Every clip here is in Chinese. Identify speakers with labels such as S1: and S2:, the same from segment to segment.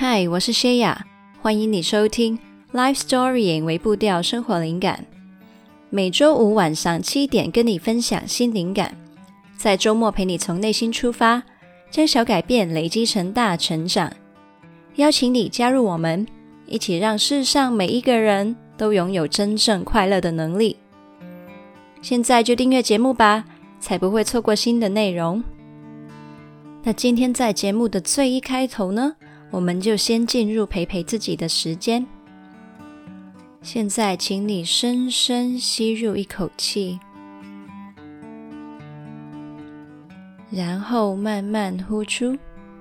S1: 嗨，我是谢雅，欢迎你收听 Life Storying 为步调生活灵感。每周五晚上7点跟你分享新灵感，在周末陪你从内心出发，将小改变累积成大成长。邀请你加入我们，一起让世上每一个人都拥有真正快乐的能力。现在就订阅节目吧，才不会错过新的内容。那今天在节目的最一开头呢，我们就先进入陪自己的时间。现在请你深深吸入一口气，然后慢慢呼出。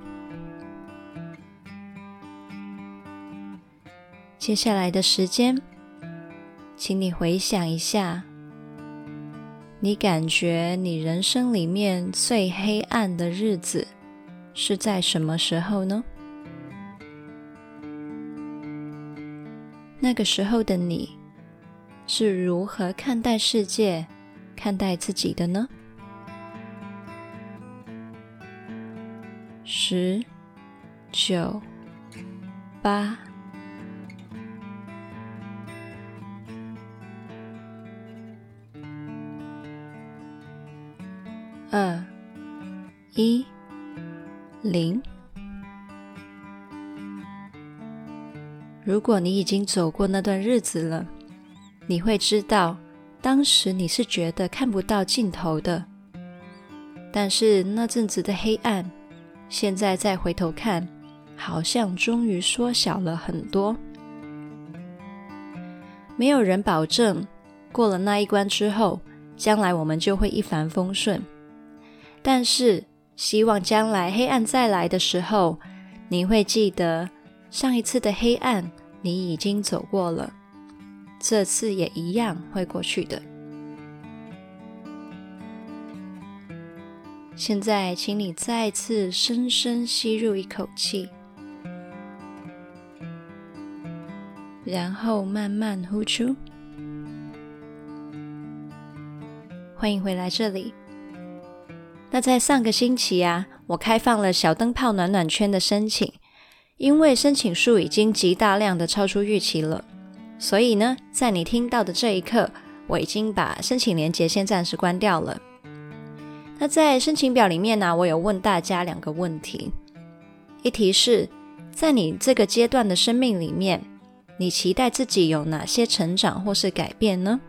S1: 接下来的时间，请你回想一下，你感觉你人生里面最黑暗的日子是在什么时候呢？那个时候的你是如何看待世界、看待自己的呢？10、9、8、2、1、0。如果你已经走过那段日子了，你会知道当时你是觉得看不到尽头的，但是那阵子的黑暗，现在再回头看，好像终于缩小了很多。没有人保证过了那一关之后，将来我们就会一帆风顺，但是希望将来黑暗再来的时候，你会记得上一次的黑暗你已经走过了，这次也一样会过去的。现在请你再次深深吸入一口气，然后慢慢呼出。欢迎回来这里。那在上个星期我开放了小灯泡暖暖圈的申请，因为申请数已经极大量的超出预期了，所以呢，在你听到的这一刻，我已经把申请连结先暂时关掉了。那在申请表里面我有问大家2个问题。一题是，在你这个阶段的生命里面，你期待自己有哪些成长或是改变呢？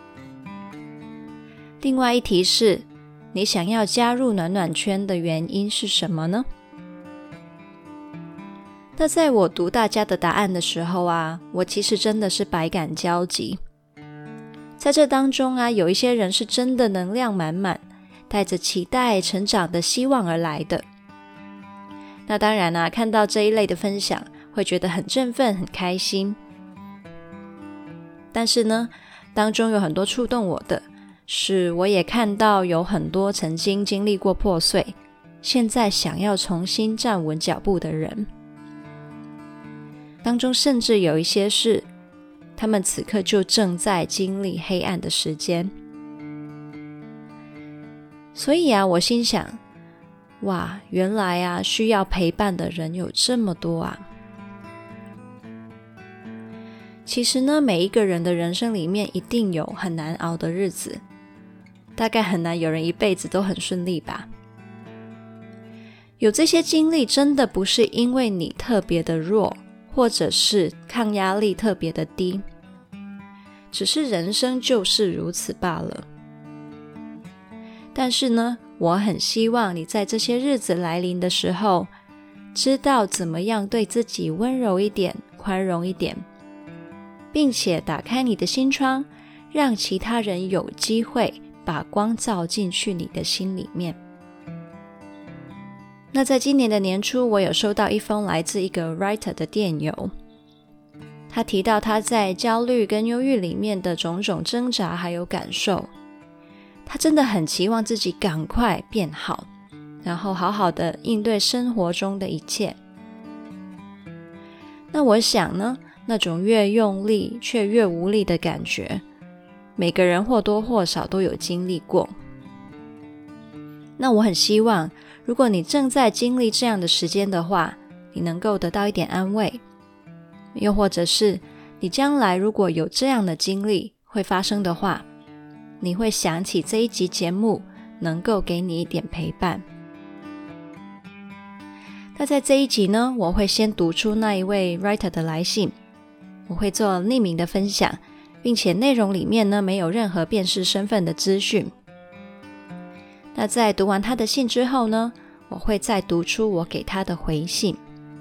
S1: 另外一题是，你想要加入暖暖圈的原因是什么呢？那在我读大家的答案的时候我其实真的是百感交集。在这当中有一些人是真的能量满满，带着期待成长的希望而来的。那当然看到这一类的分享，会觉得很振奋很开心。但是呢，当中有很多触动我的是，我也看到有很多曾经经历过破碎，现在想要重新站稳脚步的人。当中甚至有一些是他们此刻就正在经历黑暗的时间。所以我心想，哇，原来需要陪伴的人有这么多其实呢，每一个人的人生里面一定有很难熬的日子，大概很难有人一辈子都很顺利吧。有这些经历真的不是因为你特别的弱，或者是抗压力特别的低，只是人生就是如此罢了。但是呢，我很希望你在这些日子来临的时候，知道怎么样对自己温柔一点，宽容一点，并且打开你的心窗，让其他人有机会把光照进去你的心里面。那在今年的年初，我有收到一封来自一个 writer 的电邮，他提到他在焦虑跟忧郁里面的种种挣扎还有感受，他真的很期望自己赶快变好，然后好好的应对生活中的一切。那我想呢，那种越用力却越无力的感觉，每个人或多或少都有经历过。那我很希望，如果你正在经历这样的时间的话， 你能够得到一点安慰，又或者是你将来如果有这样的经历会发生的话，你会想起这一集节目能够给你一点陪伴。那在这一集呢，我会先读出那一位 writer 的来信，我会做匿名的分享，并且内容里面呢没有任何辨识身份的资讯。那在读完他的信之后呢，我会再读出我给他的回信。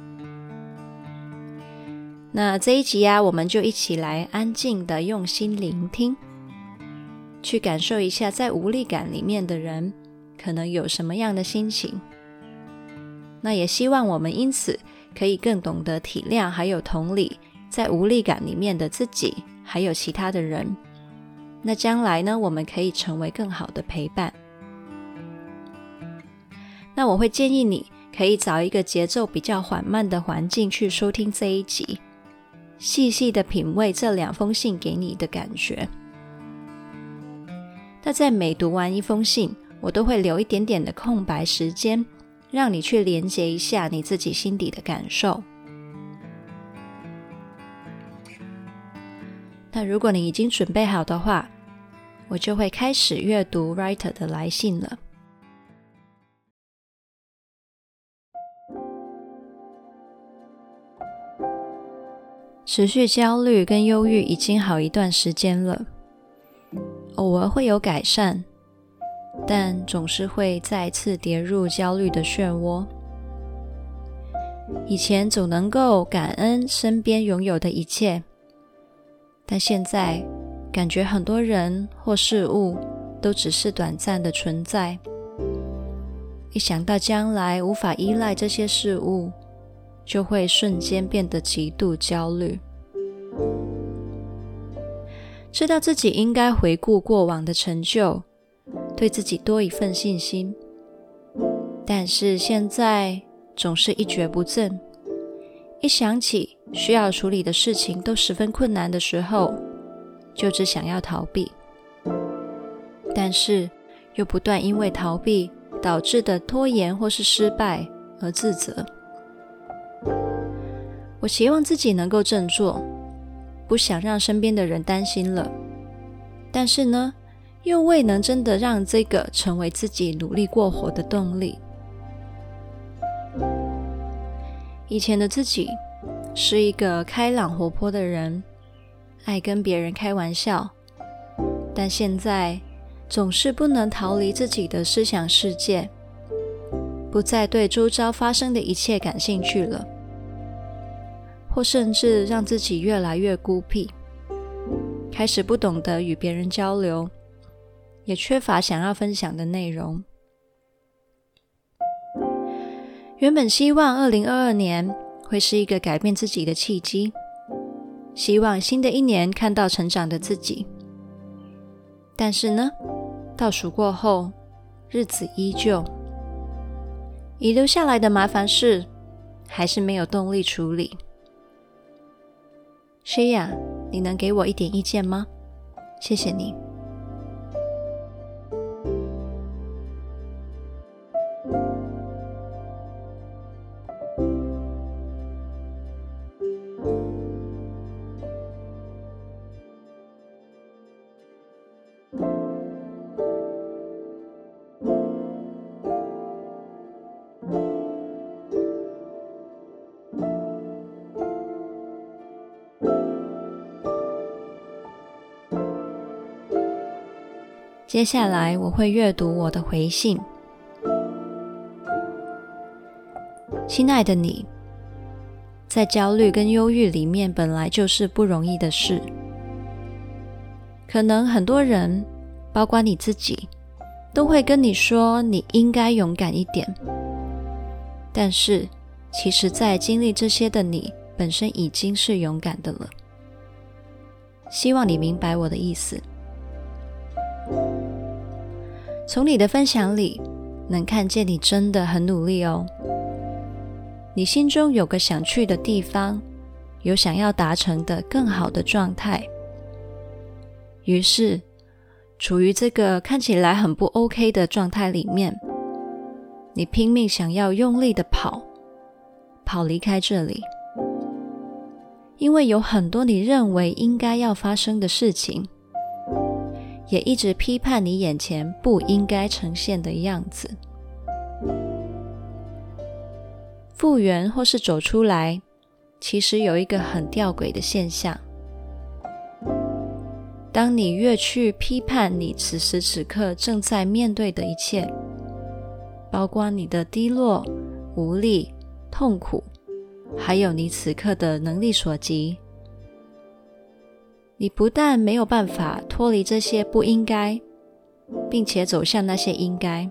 S1: 那这一集我们就一起来安静的用心聆听，去感受一下在无力感里面的人可能有什么样的心情。那也希望我们因此可以更懂得体谅还有同理在无力感里面的自己还有其他的人。那将来呢，我们可以成为更好的陪伴。那我会建议你可以找一个节奏比较缓慢的环境去收听这一集，细细的品味这2封信给你的感觉。那在每读完一封信，我都会留一点点的空白时间，让你去连接一下你自己心底的感受。那如果你已经准备好的话，我就会开始阅读 writer 的来信了。持续焦虑跟忧郁已经好一段时间了，偶尔会有改善，但总是会再次跌入焦虑的漩涡。以前总能够感恩身边拥有的一切，但现在感觉很多人或事物都只是短暂的存在。一想到将来无法依赖这些事物，就会瞬间变得极度焦虑。知道自己应该回顾过往的成就，对自己多一份信心，但是现在总是一蹶不振。一想起需要处理的事情都十分困难的时候，就只想要逃避，但是又不断因为逃避导致的拖延或是失败而自责。我希望自己能够振作，不想让身边的人担心了，但是呢，又未能真的让这个成为自己努力过活的动力。以前的自己是一个开朗活泼的人，爱跟别人开玩笑，但现在总是不能逃离自己的思想世界，不再对周遭发生的一切感兴趣了，或甚至让自己越来越孤僻，开始不懂得与别人交流，也缺乏想要分享的内容。原本希望2022年会是一个改变自己的契机，希望新的一年看到成长的自己。但是呢，倒数过后，日子依旧，遗留下来的麻烦事还是没有动力处理。Shia， 你能给我一点意见吗？谢谢你。接下来我会阅读我的回信。亲爱的你，在焦虑跟忧郁里面本来就是不容易的事。可能很多人，包括你自己，都会跟你说你应该勇敢一点。但是，其实在经历这些的你，本身已经是勇敢的了。希望你明白我的意思。从你的分享里，能看见你真的很努力哦。你心中有个想去的地方，有想要达成的更好的状态。于是，处于这个看起来很不 OK 的状态里面，你拼命想要用力的跑跑离开这里，因为有很多你认为应该要发生的事情，也一直批判你眼前不应该呈现的样子。复原或是走出来，其实有一个很吊诡的现象，当你越去批判你此时此刻正在面对的一切，包括你的低落、无力、痛苦，还有你此刻的能力所及，你不但没有办法脱离这些不应该，并且走向那些应该，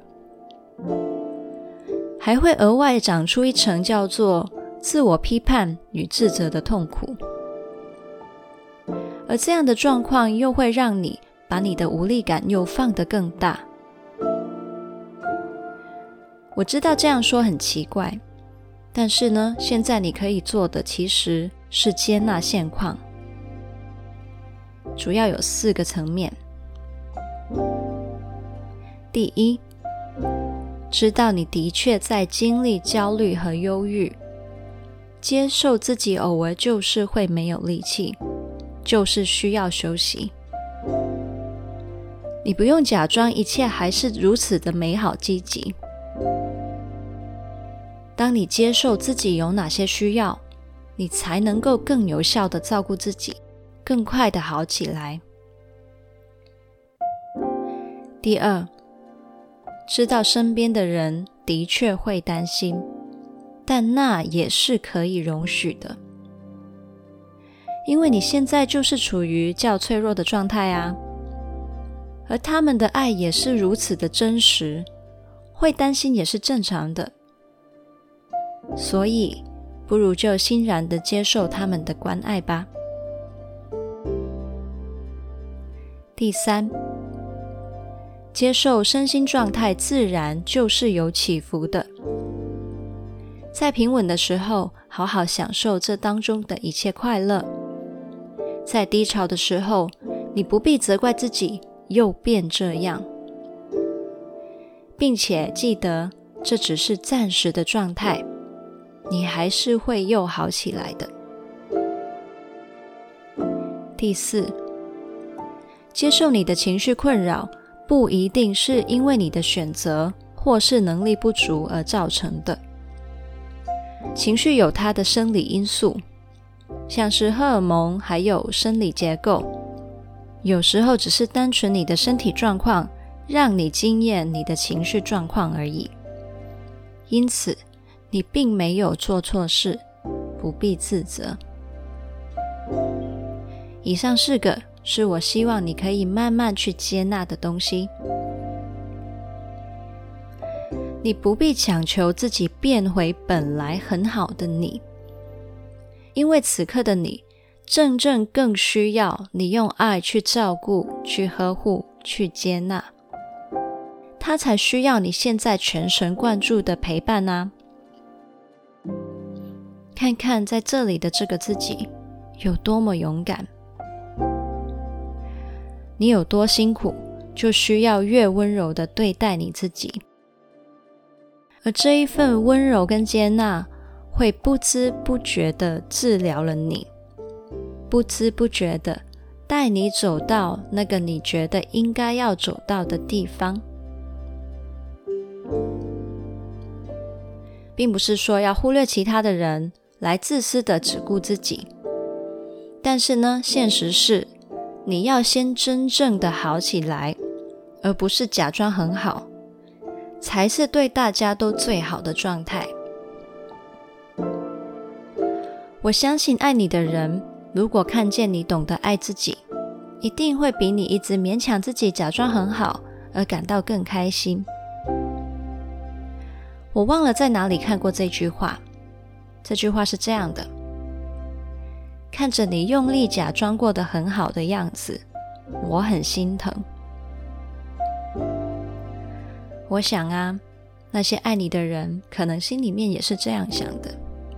S1: 还会额外长出一层叫做自我批判与自责的痛苦。而这样的状况又会让你把你的无力感又放得更大。我知道这样说很奇怪，但是呢，现在你可以做的其实是接纳现况，主要有4个层面。第一，知道你的确在经历焦虑和忧郁，接受自己偶尔就是会没有力气，就是需要休息。你不用假装一切还是如此的美好积极。当你接受自己有哪些需要，你才能够更有效地照顾自己，更快地好起来。第二，知道身边的人的确会担心，但那也是可以容许的，因为你现在就是处于较脆弱的状态啊，而他们的爱也是如此的真实，会担心也是正常的，所以不如就欣然地接受他们的关爱吧。第三，接受身心状态自然就是有起伏的，在平稳的时候，好好享受这当中的一切快乐；在低潮的时候，你不必责怪自己又变这样，并且记得这只是暂时的状态，你还是会又好起来的。第四，接受你的情绪困扰不一定是因为你的选择或是能力不足而造成的。情绪有它的生理因素，像是荷尔蒙还有生理结构，有时候只是单纯你的身体状况让你经验你的情绪状况而已。因此你并没有做错事，不必自责。以上4个是我希望你可以慢慢去接纳的东西。你不必强求自己变回本来很好的你，因为此刻的你真正更需要你用爱去照顾、去呵护、去接纳，他才需要你现在全神贯注的陪伴啊。看看在这里的这个自己有多么勇敢，你有多辛苦，就需要越温柔地对待你自己。而这一份温柔跟接纳，会不知不觉地治疗了你，不知不觉地带你走到那个你觉得应该要走到的地方。并不是说要忽略其他的人，来自私地只顾自己。但是呢，现实是你要先真正的好起来，而不是假装很好，才是对大家都最好的状态。我相信爱你的人，如果看见你懂得爱自己，一定会比你一直勉强自己假装很好而感到更开心。我忘了在哪里看过这句话，这句话是这样的：看着你用力假装过得很好的样子，我很心疼。我想啊，那些爱你的人可能心里面也是这样想的。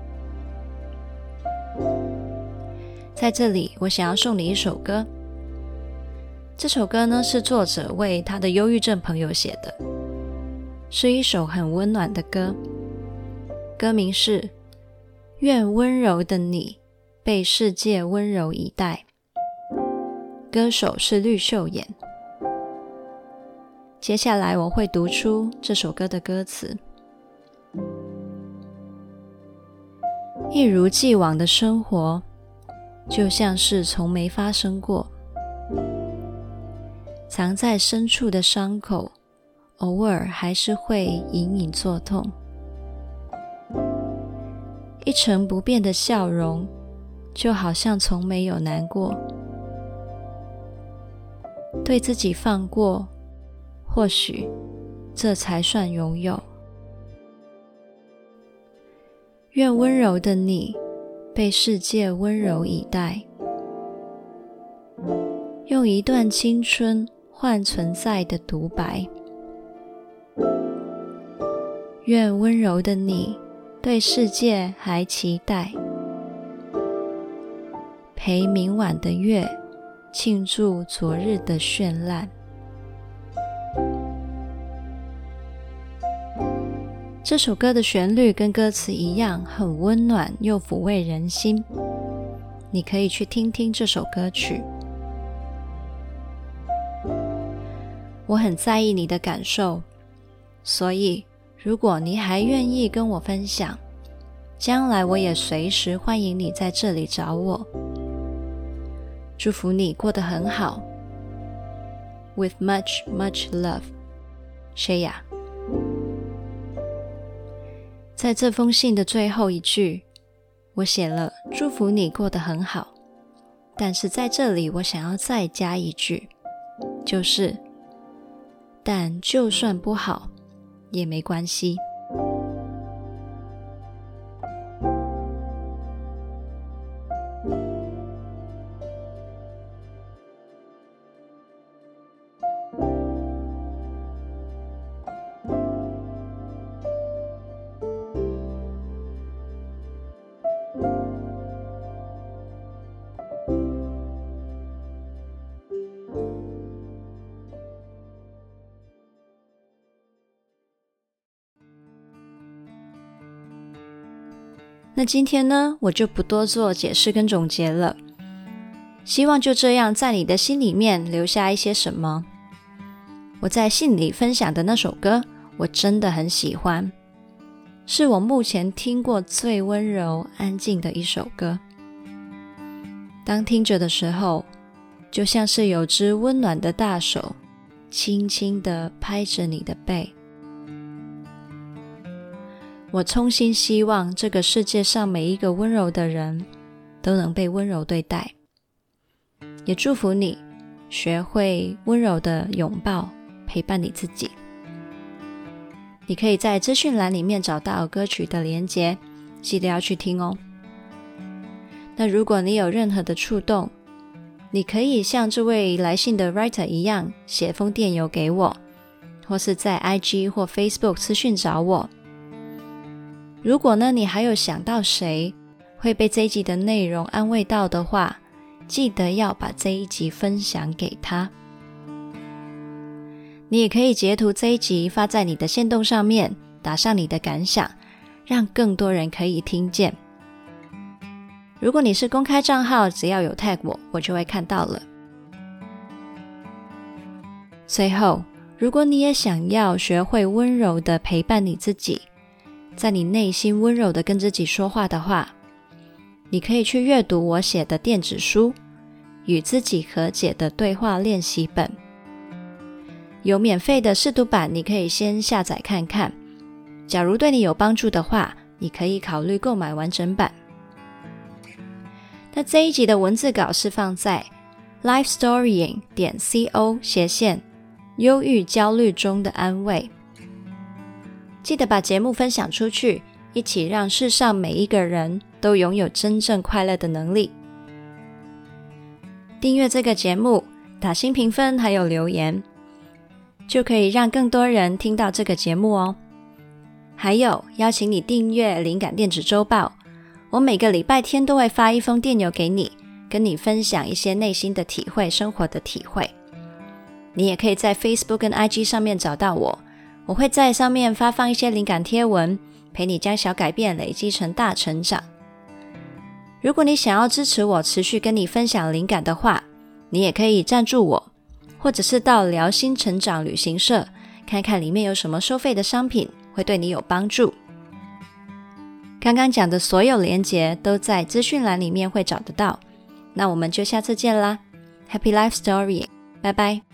S1: 在这里，我想要送你一首歌。这首歌呢，是作者为他的忧郁症朋友写的，是一首很温暖的歌。歌名是愿温柔的你被世界温柔以待。歌手是绿秀妍。接下来我会读出这首歌的歌词。一如既往的生活，就像是从没发生过。藏在深处的伤口，偶尔还是会隐隐作痛。一成不变的笑容，就好像从没有难过。对自己放过，或许这才算拥有。愿温柔的你被世界温柔以待。用一段青春换存在的独白。愿温柔的你对世界还期待。陪明晚的月庆祝昨日的绚烂。这首歌的旋律跟歌词一样，很温暖又抚慰人心。你可以去听听这首歌曲。我很在意你的感受，所以如果你还愿意跟我分享，将来我也随时欢迎你在这里找我。祝福你过得很好。With much, much love, Shaya。在这封信的最后一句，我写了祝福你过得很好，但是在这里我想要再加一句，就是但就算不好也没关系。那今天呢，我就不多做解释跟总结了，希望就这样在你的心里面留下一些什么。我在信里分享的那首歌，我真的很喜欢，是我目前听过最温柔安静的一首歌。当听着的时候，就像是有只温暖的大手轻轻地拍着你的背。我衷心希望这个世界上每一个温柔的人都能被温柔对待，也祝福你学会温柔的拥抱陪伴你自己。你可以在资讯栏里面找到歌曲的连结，记得要去听哦。那如果你有任何的触动，你可以像这位来信的 writer 一样写封电邮给我，或是在 IG 或 Facebook 私讯找我。如果呢，你还有想到谁会被这一集的内容安慰到的话，记得要把这一集分享给他。你也可以截图这一集发在你的限动上面，打上你的感想，让更多人可以听见。如果你是公开账号，只要有 tag 我，我就会看到了。最后，如果你也想要学会温柔的陪伴你自己，在你内心温柔的跟自己说话的话，你可以去阅读我写的电子书《与自己和解的对话练习本》，有免费的试读版，你可以先下载看看。假如对你有帮助的话，你可以考虑购买完整版。那这一集的文字稿是放在 lifestorying.co/ 忧郁焦虑中的安慰。记得把节目分享出去，一起让世上每一个人都拥有真正快乐的能力。订阅这个节目，打新评分还有留言，就可以让更多人听到这个节目哦。还有，邀请你订阅灵感电子周报，我每个礼拜天都会发一封电邮给你，跟你分享一些内心的体会，生活的体会。你也可以在 Facebook 跟 IG 上面找到我，我会在上面发放一些灵感贴文，陪你将小改变累积成大成长。 如果你想要支持我持续跟你分享灵感的话，你也可以赞助我，或者是到聊心成长旅行社看看里面有什么收费的商品会对你有帮助。刚刚讲的所有连结都在资讯栏里面会找得到。那我们就下次见啦， Happy Life Story， 拜拜。